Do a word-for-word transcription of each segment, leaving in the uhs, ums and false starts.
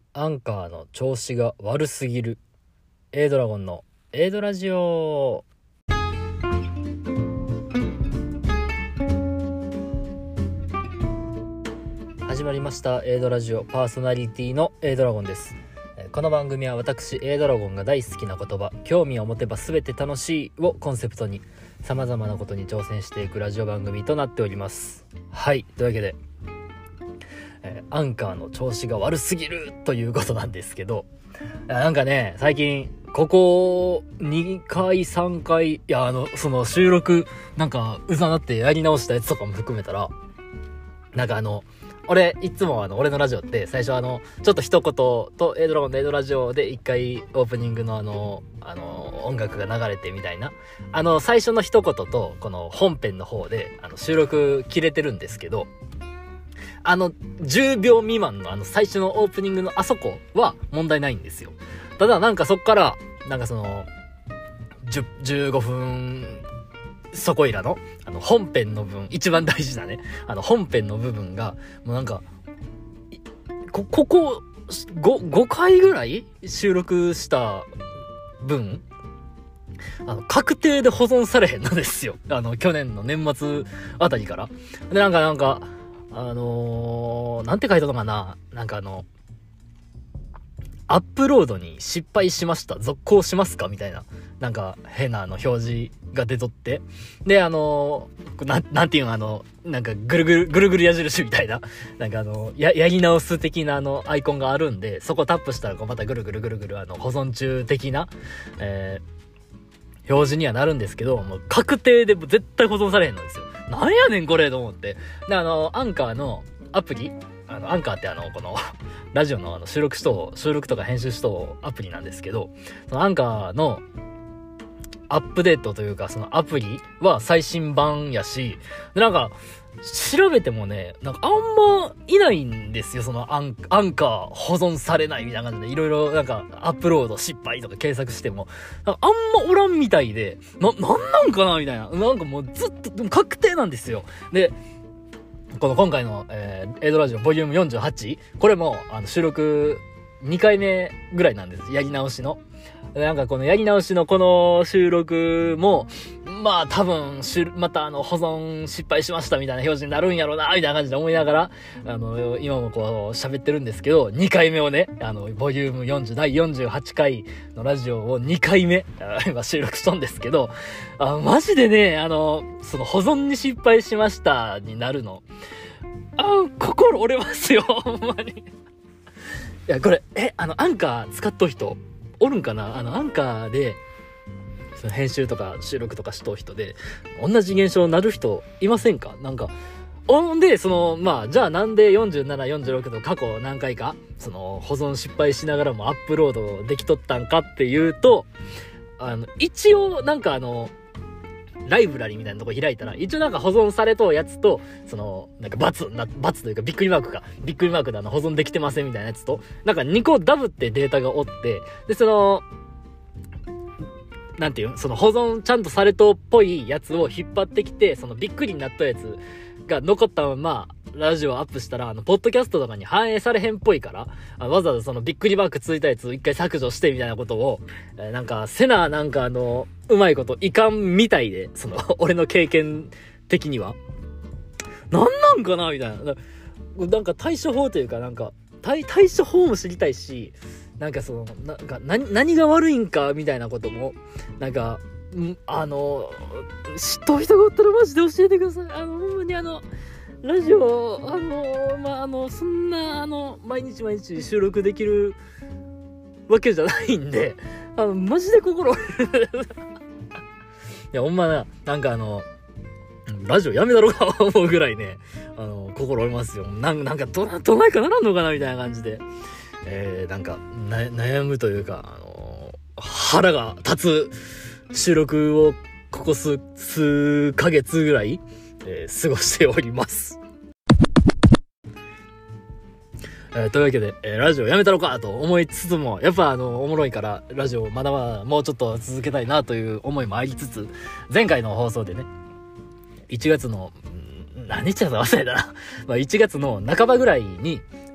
アンカーの調子が悪すぎる A ドラゴンの A ドラジオ。始まりました A ドラジオ、パーソナリティの A ドラゴンです。この番組は私 A ドラゴンが大好きな言葉、興味を持てば全て楽しいをコンセプトに様々なことに挑戦していくラジオ番組となっております。はい、というわけでえー、アンカーの調子が悪すぎるということなんですけど、なんかね、最近ここにかいさんかい、いやあのその収録なんかうざなってやり直したやつとかも含めたら、なんかあの俺いつもあの俺のラジオって最初あのちょっと一言と A ドラゴンの A ドラジオで一回オープニングのあのあの音楽が流れてみたいな、あの最初の一言とこの本編の方であの収録切れてるんですけど、あのじゅうびょう未満のあの最初のオープニングのあそこは問題ないんですよ。ただなんかそっからなんかそのじゅう、じゅうごふんそこいらのあの本編の部分、一番大事なねあの本編の部分がもうなんかこここ 5, 5回ぐらい収録した分あの確定で保存されへんのですよ。あの去年の年末あたりからでなんかなんかあのー、なんて書いたのかな、なんかあのアップロードに失敗しました、続行しますかみたいな、なんか変なあの表示が出とって、であのー、な, なんていうの、あのなんかぐるぐるぐるぐる矢印みたいな、なんかあのややり直す的なあのアイコンがあるんで、そこタップしたらこうまたぐるぐるぐるぐるあの保存中的な、えー、表示にはなるんですけど、もう確定で絶対保存されへんのですよ。なんやねんこれと思って。であのアンカーのアプリ、あのアンカーってあのこのラジオのあの収録しと収録とか編集しとアプリなんですけど、そのアンカーのアップデートというかそのアプリは最新版やし、でなんか調べてもね、なんかあんまいないんですよ。そのアン、アンカー保存されないみたいな感じでいろいろなんかアップロード失敗とか検索してもなんかあんまおらんみたいで、な、なんなんかなみたいな、なんかもうずっとでも確定なんですよ。でこの今回の、えー、A ドラジオボリュームよんじゅうはち、これもあの収録にかいめぐらいなんです。やり直しの。なんかこのやり直しのこの収録も、まあ多分、またあの保存失敗しましたみたいな表示になるんやろうな、みたいな感じで思いながら、あの、今もこう喋ってるんですけど、にかいめをね、あの、ボリュームよんじゅう、だいよんじゅうはちかいのラジオをにかいめ、今収録したんですけど、あマジでね、あの、その保存に失敗しましたになるの。あ心折れますよ、ほんまに。いや、これ、え、あの、アンカー使っとる人、おるんかな。あのアンカーでその編集とか収録とかしとう人で同じ現象になる人いませんか？なんかほんでそのまあじゃあなんでよんじゅうなな、よんじゅうろくの過去何回かその保存失敗しながらもアップロードできとったんかっていうと、あの一応なんかあのライブラリみたいなとこ開いたら一応なんか保存されとうやつとそのなんかバツなバツというかびっくりマークかびっくりマークであの保存できてませんみたいなやつとなんかにこダブってデータがおって、でそのなんていうその保存ちゃんとされとうっぽいやつを引っ張ってきて、そのびっくりになったやつが残ったままラジオアップしたらあのポッドキャストとかに反映されへんっぽいから、あわざわざそのびっくりマークついたやつを一回削除してみたいなことを、えー、なんかセナなんかあのうまいこといかんみたいで、その俺の経験的にはなんなんかなみたいな、なんか対処法というかなんか 対, 対処法も知りたいし、なんかそのなんか 何, 何が悪いんかみたいなこともなんかあの知っとる人がおったらマジで教えてください。あのほんまにあのラジオあのまああのそんなあの毎日毎日収録できるわけじゃないんで、あのマジで心折れるいやほんまな、なんかあのラジオやめだろうか思うぐらいね、あの心折れますよ。なんなんかどどないかならんのかなみたいな感じで、えー、なんかな悩むというか、あの腹が立つ収録をここ数数ヶ月ぐらいえー、過ごしております、えー、というわけで、えー、ラジオやめたのかと思いつつもやっぱあのおもろいからラジオまだまだもうちょっと続けたいなという思いもありつつ、前回の放送でねいちがつの何日だか忘れたなまあいちがつの半ばぐらいに、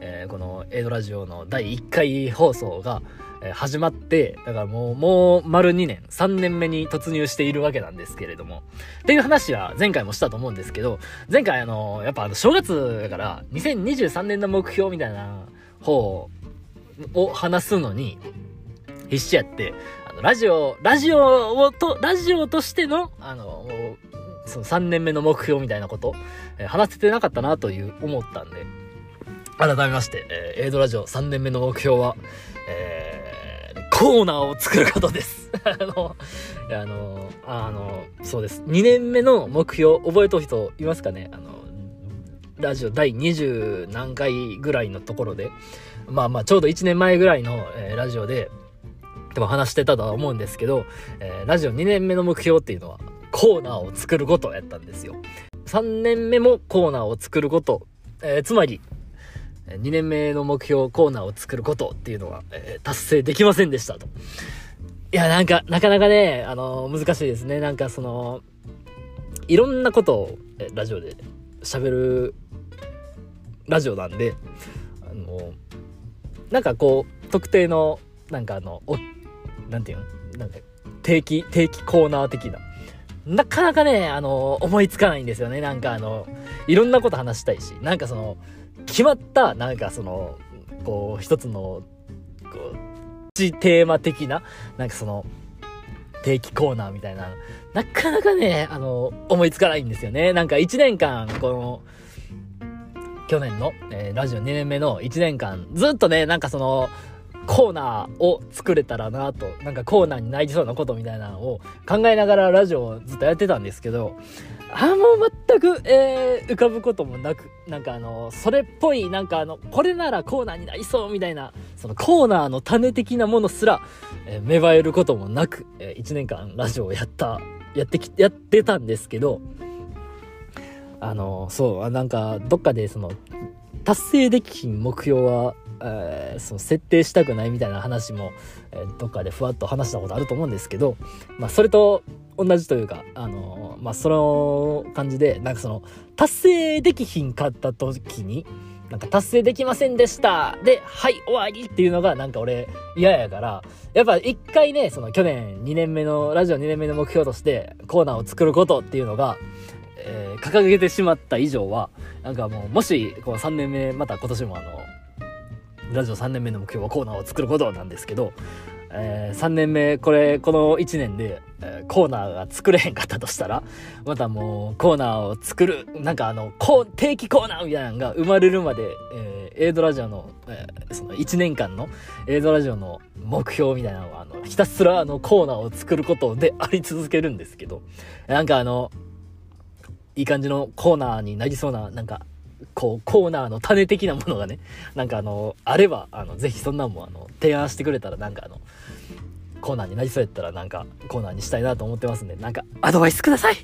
えー、このエイドラジオのだいいっかい放送が、えー、始まって、だからもう、もう丸にねん、さんねんめに突入しているわけなんですけれども。っていう話は前回もしたと思うんですけど、前回あの、やっぱあの、正月だから、にせんにじゅうさんねんの目標みたいな方を話すのに、必死やって、あの、ラジオ、ラジオをと、ラジオとしての、あの、そのさんねんめの目標みたいなこと、えー、話せてなかったなという思ったんで、改めまして、えー、エイドラジオさんねんめの目標は、えー、コーナーを作ることです。あの、あの、あの、そうです。にねんめの目標、覚えとる人いますかね？あの、ラジオだいにじゅう何回ぐらいのところで、まあまあ、ちょうどいちねんまえぐらいの、えー、ラジオで、でも話してたとは思うんですけど、えー、ラジオにねんめの目標っていうのは、コーナーを作ることをやったんですよ。さんねんめもコーナーを作ること、えー、つまり、にねんめの目標コーナーを作ることっていうのは、えー、達成できませんでしたと。いや、なんかなかなかね、あのー、難しいですね。なんかそのいろんなことをえラジオで喋るラジオなんで、あのー、なんかこう特定のなんかあのおなんていうのなんか定期定期コーナー的な、なかなかね、あのー、思いつかないんですよね。なんかあのいろんなこと話したいし、なんかその決まったなんかそのこう一つのこうテーマ的ななんかその定期コーナーみたいな、なかなかねあの思いつかないんですよね。なんかいちねんかんこの去年の、えー、ラジオにねんめのいちねんかんずっとねなんかそのコーナーを作れたらなと、なんかコーナーになりそうなことみたいなのを考えながらラジオをずっとやってたんですけど、あもう全く、えー、浮かぶこともなく、なんかあのそれっぽいなんかあのこれならコーナーになりそうみたいな、そのコーナーの種的なものすら、えー、芽生えることもなく、えー、いちねんかんラジオをやったやってきやってたんですけど、あのそうなんかどっかでその達成できひん目標はえー、その設定したくないみたいな話も、えー、どっかでふわっと話したことあると思うんですけど、まあそれと同じというか、あのー、まあその感じでなんかその達成できひんかった時になんか達成できませんでしたではい終わりっていうのがなんか俺嫌やから、やっぱ一回ねその去年にねんめのラジオにねんめの目標としてコーナーを作ることっていうのが、えー、掲げてしまった以上はなんかもうもしこうさんねんめまた今年もあのラジオさんねんめの目標はコーナーを作ることなんですけど、えー、さんねんめこれこのいちねんで、えー、コーナーが作れへんかったとしたらまたもうコーナーを作るなんかあの定期コーナーみたいなのが生まれるまで、えー、エイドラジオの、えー、そのいちねんかんのエイドラジオの目標みたいなのはあのひたすらあのコーナーを作ることであり続けるんですけど、なんかあのいい感じのコーナーになりそうななんかこうコーナーの種的なものがねなんかあのあればあのぜひそんなんもあの提案してくれたら、なんかあのコーナーになりそうやったらなんかコーナーにしたいなと思ってますんで、なんかアドバイスください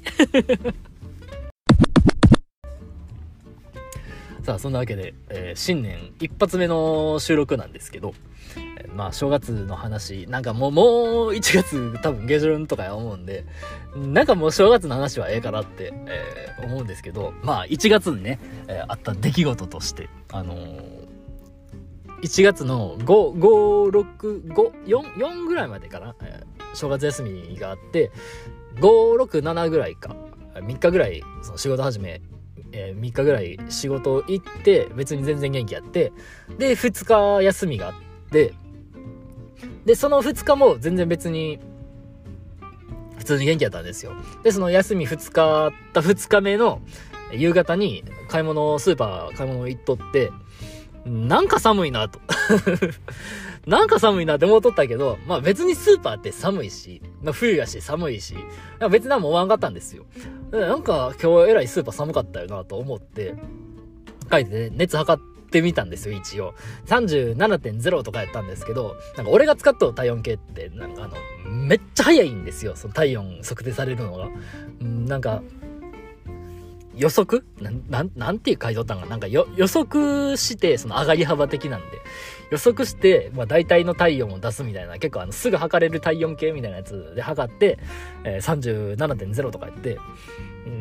さあそんなわけで、えー、新年一発目の収録なんですけど、えー、まあ正月の話なんかもうもういちがつ多分下旬とかや思うんで、なんかもう正月の話はええかなって、えー、思うんですけど、まあいちがつにね、えー、あった出来事としてあのー、いちがつのご、ご、ろく、ご、よん、よんぐらいまでかな、えー、正月休みがあってご、ろく、ななぐらいかみっかぐらいその仕事始め、えー、みっかぐらい仕事行って別に全然元気やって、でふつか休みがあって、でそのふつかも全然別に普通に元気やったんですよ。でその休みふつかあったふつかめの夕方に買い物スーパー買い物行っとって、なんか寒いなとなんか寒いなって思っとったけど、まあ別にスーパーって寒いし、まあ、冬やし寒いし別に何も思わんかったんですよ。なんか今日えらいスーパー寒かったよなと思って書いて、ね、熱測ってみたんですよ。一応 さんじゅうななてんゼロ とかやったんですけど、なんか俺が使っとる体温計ってなんかあのめっちゃ早いんですよ、その体温測定されるのが。んなんか予測な ん, なん, なんていう書いとったんかなんかよ予測してその上がり幅的なんで予測して、まあ、大体の体温を出すみたいな、結構あのすぐ測れる体温計みたいなやつで測って、えー、さんじゅうななてんゼロ とかやって、ん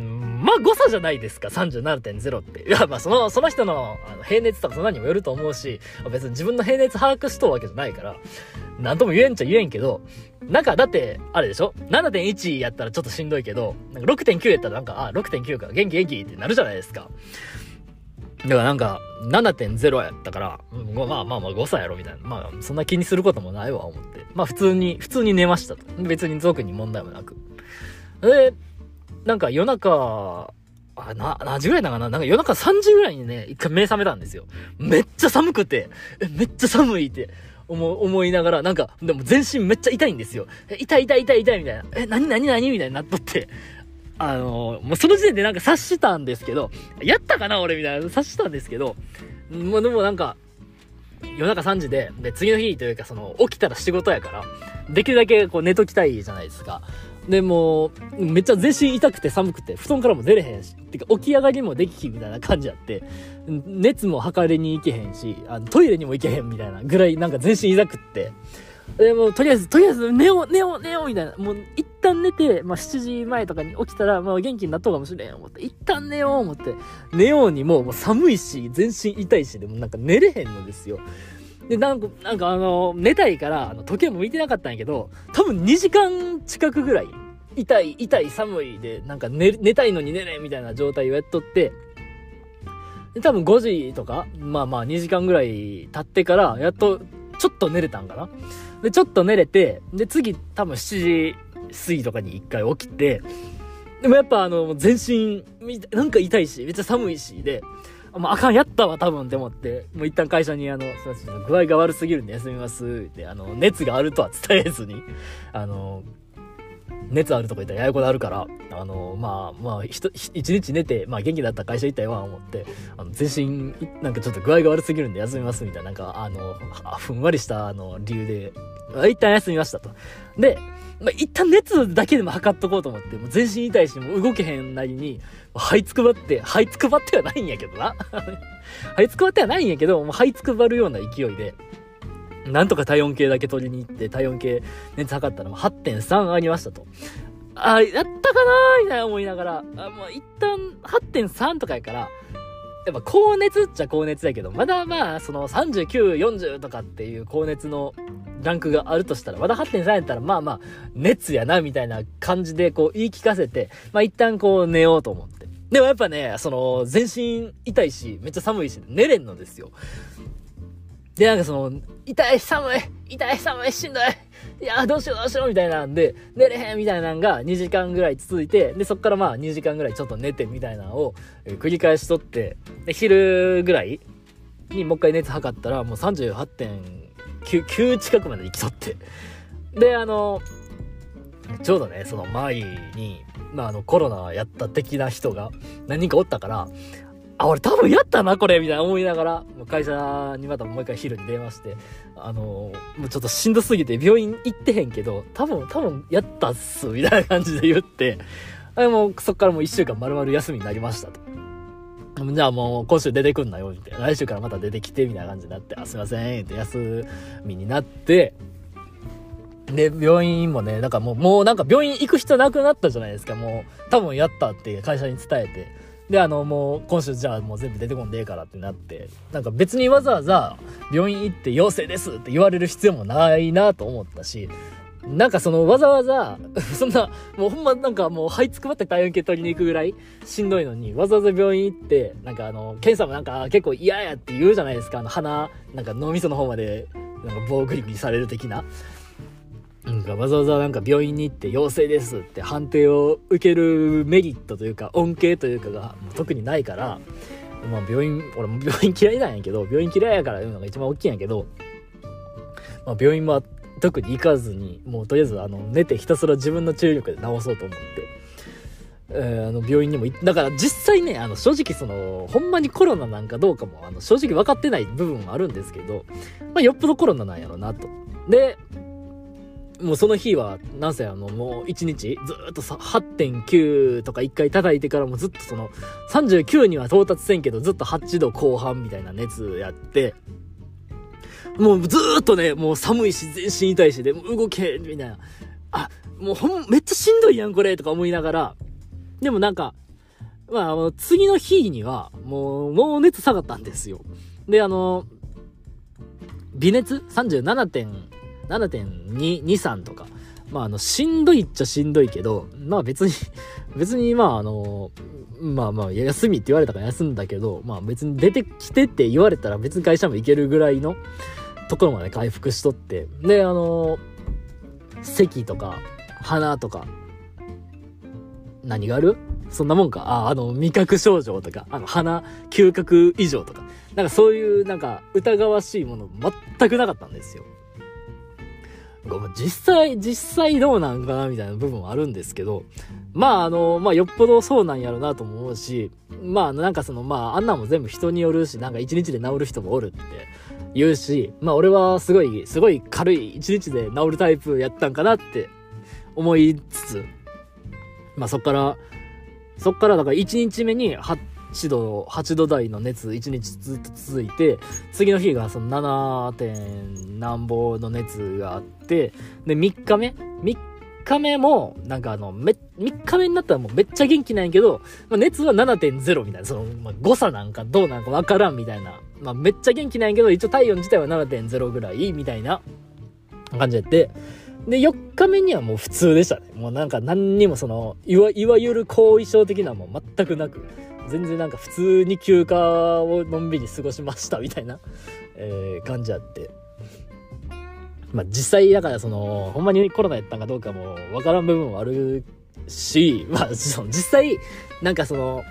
まあ誤差じゃないですか、さんじゅうななてんゼロ って。いや、まあその、その人の、あの平熱とかそんなにもよると思うし、別に自分の平熱把握しとるわけじゃないから、なんとも言えんちゃ言えんけど、なんかだって、あれでしょ ?ななてんいち やったらちょっとしんどいけど、なんか ろくてんきゅう やったらなんか、あ、ろくてんきゅうか、元気元気ってなるじゃないですか。だからなんか、ななてんゼロ やったから、まあまあまあ誤差やろみたいな。まあ、そんな気にすることもないわ、思って。まあ普通に、普通に寝ましたと。別に特に問題もなく。で、なんか夜中、あ、な、何時ぐらいだかななんか夜中さんじぐらいにね、一回目覚めたんですよ。めっちゃ寒くて、え、めっちゃ寒いって思、思いながら、なんか、でも全身めっちゃ痛いんですよ。え、痛い痛い痛い痛いみたいな。え、なになになにみたいになっとって。あのー、もうその時点でなんか察したんですけど、やったかな俺みたいな察したんですけど、もうでもなんか、夜中さんじで、で、次の日というかその、起きたら仕事やから、できるだけこう寝ときたいじゃないですか。で、もう、めっちゃ全身痛くて寒くて、布団からも出れへんし、てか起き上がりもできひんみたいな感じやって、熱も測りに行けへんし、あのトイレにも行けへんみたいなぐらいなんか全身痛くって、で、もうとりあえず、とりあえず寝よう、寝よう、寝ようみたいな、もう一旦寝て、まあしちじまえとかに起きたら、まあ元気になっとうかもしれん思って、一旦寝よう思って、寝ようにも、もう寒いし、全身痛いし、でもなんか寝れへんのですよ。で、なんか、なんかあの、寝たいから、あの、時計も見てなかったんやけど、多分にじかん近くぐらい、痛い、痛い、寒いで、なんか寝、寝たいのに寝れんみたいな状態をやっとって、で、多分ごじとか、まあまあにじかんぐらい経ってから、やっと、ちょっと寝れたんかな。で、ちょっと寝れて、で、次、多分しちじ過ぎとかに一回起きて、でもやっぱあの、全身、なんか痛いし、めっちゃ寒いし、で、まあ、あかん、やったわ、多分って思って、もう一旦会社に、あの、すいません、具合が悪すぎるんで休みます、って、あの、熱があるとは伝えずに、あの、熱あるとか言ったらややこになるから、あの、まあ、まあ、ひと、一日寝て、まあ、元気だったら会社行ったよ、思って、あの、全身、なんかちょっと具合が悪すぎるんで休みます、みたいな、なんか、あの、ふんわりした、あの、理由で、一旦休みましたと。で、まあ、一旦熱だけでも測っとこうと思って、もう全身痛いし、もう動けへんなりに、這いつくばって、這いつくばってはないんやけどな。這いつくばってはないんやけど、もう這いつくばるような勢いで、なんとか体温計だけ取りに行って、体温計熱測ったら はってんさん ありましたと。あ、やったかなーみたいな思いながら、あ、もう一旦 はってんさん とかやから、やっぱ高熱っちゃ高熱やけど、まだまあ、そのさんじゅうきゅう、よんじゅうとかっていう高熱のランクがあるとしたら、まだ はってんさん やったら、まあまあ、熱やな、みたいな感じでこう言い聞かせて、まあ一旦こう寝ようと思って。でもやっぱね、その、全身痛いし、めっちゃ寒いし、寝れんのですよ。で、なんかその、痛い、寒い、痛い、寒い、しんどい、いや、どうしよう、どうしよう、みたいなんで、寝れへん、みたいなのがにじかんぐらい続いて、で、そっからまあにじかんぐらいちょっと寝て、みたいなのを、えー、繰り返しとって、で、昼ぐらいにもう一回熱測ったら、もう さんじゅうはってんきゅう 近くまで行きとって。で、あの、ちょうどね、その周りに、まああの、コロナやった的な人が何人かおったから、あ、俺多分やったな、これみたいな思いながら、会社にまたもう一回昼に電話して、あのー、もうちょっとしんどすぎて病院行ってへんけど、多分、多分やったっす、みたいな感じで言って、あもうそっからもう一週間丸々休みになりましたと。じゃあもう今週出てくんなよ、みたいな。来週からまた出てきて、みたいな感じになって、あ、すいません、って休みになって、で、病院もね、なんかもう、もうなんか病院行く人なくなったじゃないですか、もう、多分やったって会社に伝えて。で、あの、もう、今週じゃあもう全部出てこんでええからってなって、なんか別にわざわざ病院行って陽性ですって言われる必要もないなと思ったし、なんかそのわざわざ、そんな、もうほんまなんかもう這いつくばって体温計取りに行くぐらいしんどいのに、わざわざ病院行って、なんかあの、検査もなんか結構嫌やって言うじゃないですか、あの鼻、なんか脳みその方まで、なんか棒グリグリされる的な。なんかわざわざなんか病院に行って陽性ですって判定を受けるメリットというか恩恵というかが特にないから、まあ病院、俺も病院嫌いなんやけど、病院嫌いやから言うのが一番大きいんやけど、まあ病院は特に行かずに、もうとりあえずあの寝てひたすら自分の注力で治そうと思って、えー、あの病院にも行って、だから実際ね、あの正直そのほんまにコロナなんかどうかもあの正直分かってない部分もあるんですけど、まあよっぽどコロナなんやろなと。で、もうその日は、なんせあの、もう一日、ずーっとさ、はってんきゅう とか一回叩いてからもずっとその、さんじゅうきゅうには到達せんけど、ずっとはちどこう半みたいな熱やって、もうずーっとね、もう寒いし、全身痛いしで、もう動けへん、みたいな。あ、もうほん、めっちゃしんどいやん、これ、とか思いながら、でもなんか、 まあ、あの、次の日には、もう、もう熱下がったんですよ。で、あの、微熱 さんじゅうななてんににさん とか、まあ、あの、しんどいっちゃしんどいけど、まあ別に、別に、まあ、あの、まあまあ、休みって言われたから休んだけど、まあ別に出てきてって言われたら別に会社も行けるぐらいのところまで回復しとって、で、あの、咳とか、鼻とか、何がある？そんなもんか。あ、あの、味覚症状とか、あの、鼻、嗅覚異常とか、なんかそういう、なんか、疑わしいもの全くなかったんですよ。実際、実際どうなんかなみたいな部分はあるんですけど、まああの、まあよっぽどそうなんやろうなとも思うし、まあなんかその、まああんなんも全部人によるし、なんか一日で治る人もおるって言うし、まあ俺はすごい、すごい軽い一日で治るタイプやったんかなって思いつつ、まあそっから、そっからだからいちにちめにはちど、はちど台の熱いちにちずっと続いて、次の日がそのななてんなんぼの熱があって、で、みっかめ ?みっかめも、なんかあの、め、みっかめになったらもうめっちゃ元気なんやけど、まあ、熱は ななてんゼロ みたいな、その、まあ、誤差なんかどうなんかわからんみたいな、まあ、めっちゃ元気なんやけど、一応体温自体は ななてんゼロ ぐらいみたいな感じやって、で、よっかめにはもう普通でしたね。もうなんか何にもその、いわ、いわゆる後遺症的なのも全くなく、全然なんか普通に休暇をのんびり過ごしましたみたいな、えー、感じあって。まあ実際だからその、ほんまにコロナやったんかどうかもわからん部分はあるし、まあその実際、なんかその、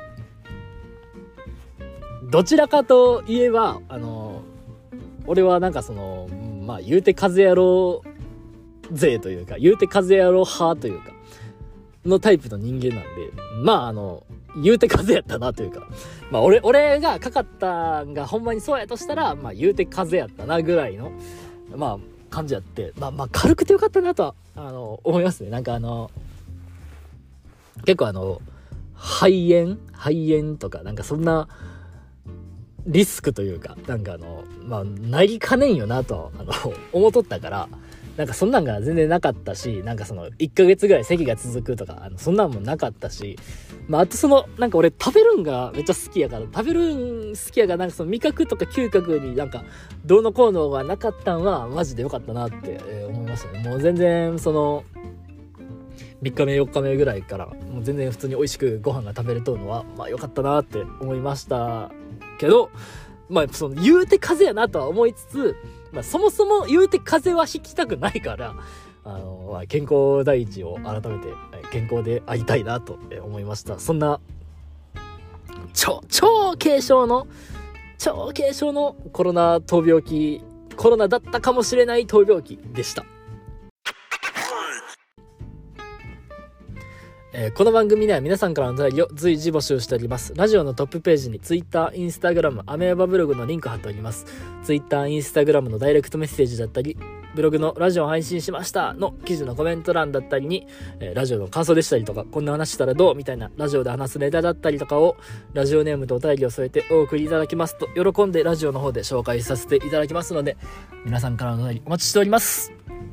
どちらかといえば、あの、俺はなんかその、まあ言うて風野郎勢というか、言うて風野郎派というか、のタイプの人間なんで、まああの、言うて風やったなというか、まあ俺、俺がかかったんがほんまにそうやとしたら、まあ言うて風やったなぐらいの、まあ感じやって、まあまあ軽くてよかったなとは、あの、思いますね。なんかあの、結構あの、肺炎肺炎とか、なんかそんな、リスクというか、なんかあの、まあ、なりかねんよなと、あの、思っとったから、なんかそんなんが全然なかったし、なんかそのいっかげつぐらい咳が続くとか、あのそんなんもなかったし、まああとそのなんか俺食べるんがめっちゃ好きやから、食べるん好きやからなんかその味覚とか嗅覚になんかどうのこうのがなかったんはマジでよかったなって、えー、思いましたね。もう全然そのみっかめよっかめぐらいからもう全然普通に美味しくご飯が食べれとるのはまあよかったなって思いましたけど、まあその言うて風邪やなとは思いつつ、まあ、そもそも言うて風邪はひきたくないから、あの、まあ、健康第一を改めて健康でありたいなと思いました。そんな超超軽症の超軽症のコロナ闘病期、コロナだったかもしれない闘病期でした。えー、この番組では皆さんからのお便りを随時募集しております。ラジオのトップページに Twitter、Instagram、アメーバブログのリンク貼っております。Twitter、Instagram のダイレクトメッセージだったり、ブログのラジオを配信しましたの記事のコメント欄だったりに、えー、ラジオの感想でしたりとか、こんな話したらどうみたいなラジオで話すネタだったりとかをラジオネームとお便りを添えてお送りいただきますと、喜んでラジオの方で紹介させていただきますので、皆さんからのお便りお待ちしております。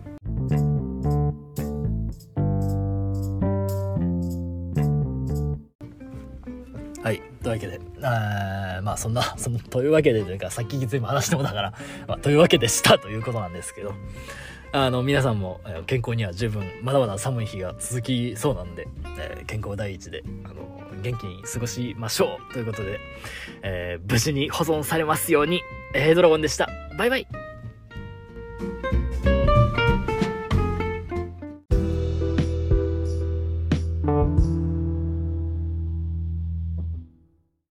はい。というわけで、あまあそんな、その、というわけでというか、さっき全部話してもだから、まあ、というわけでしたということなんですけど、あの、皆さんも健康には十分、まだまだ寒い日が続きそうなんで、えー、健康第一で、あの、元気に過ごしましょうということで、えー、無事に保存されますように、えー、ドラゴンでした。バイバイ。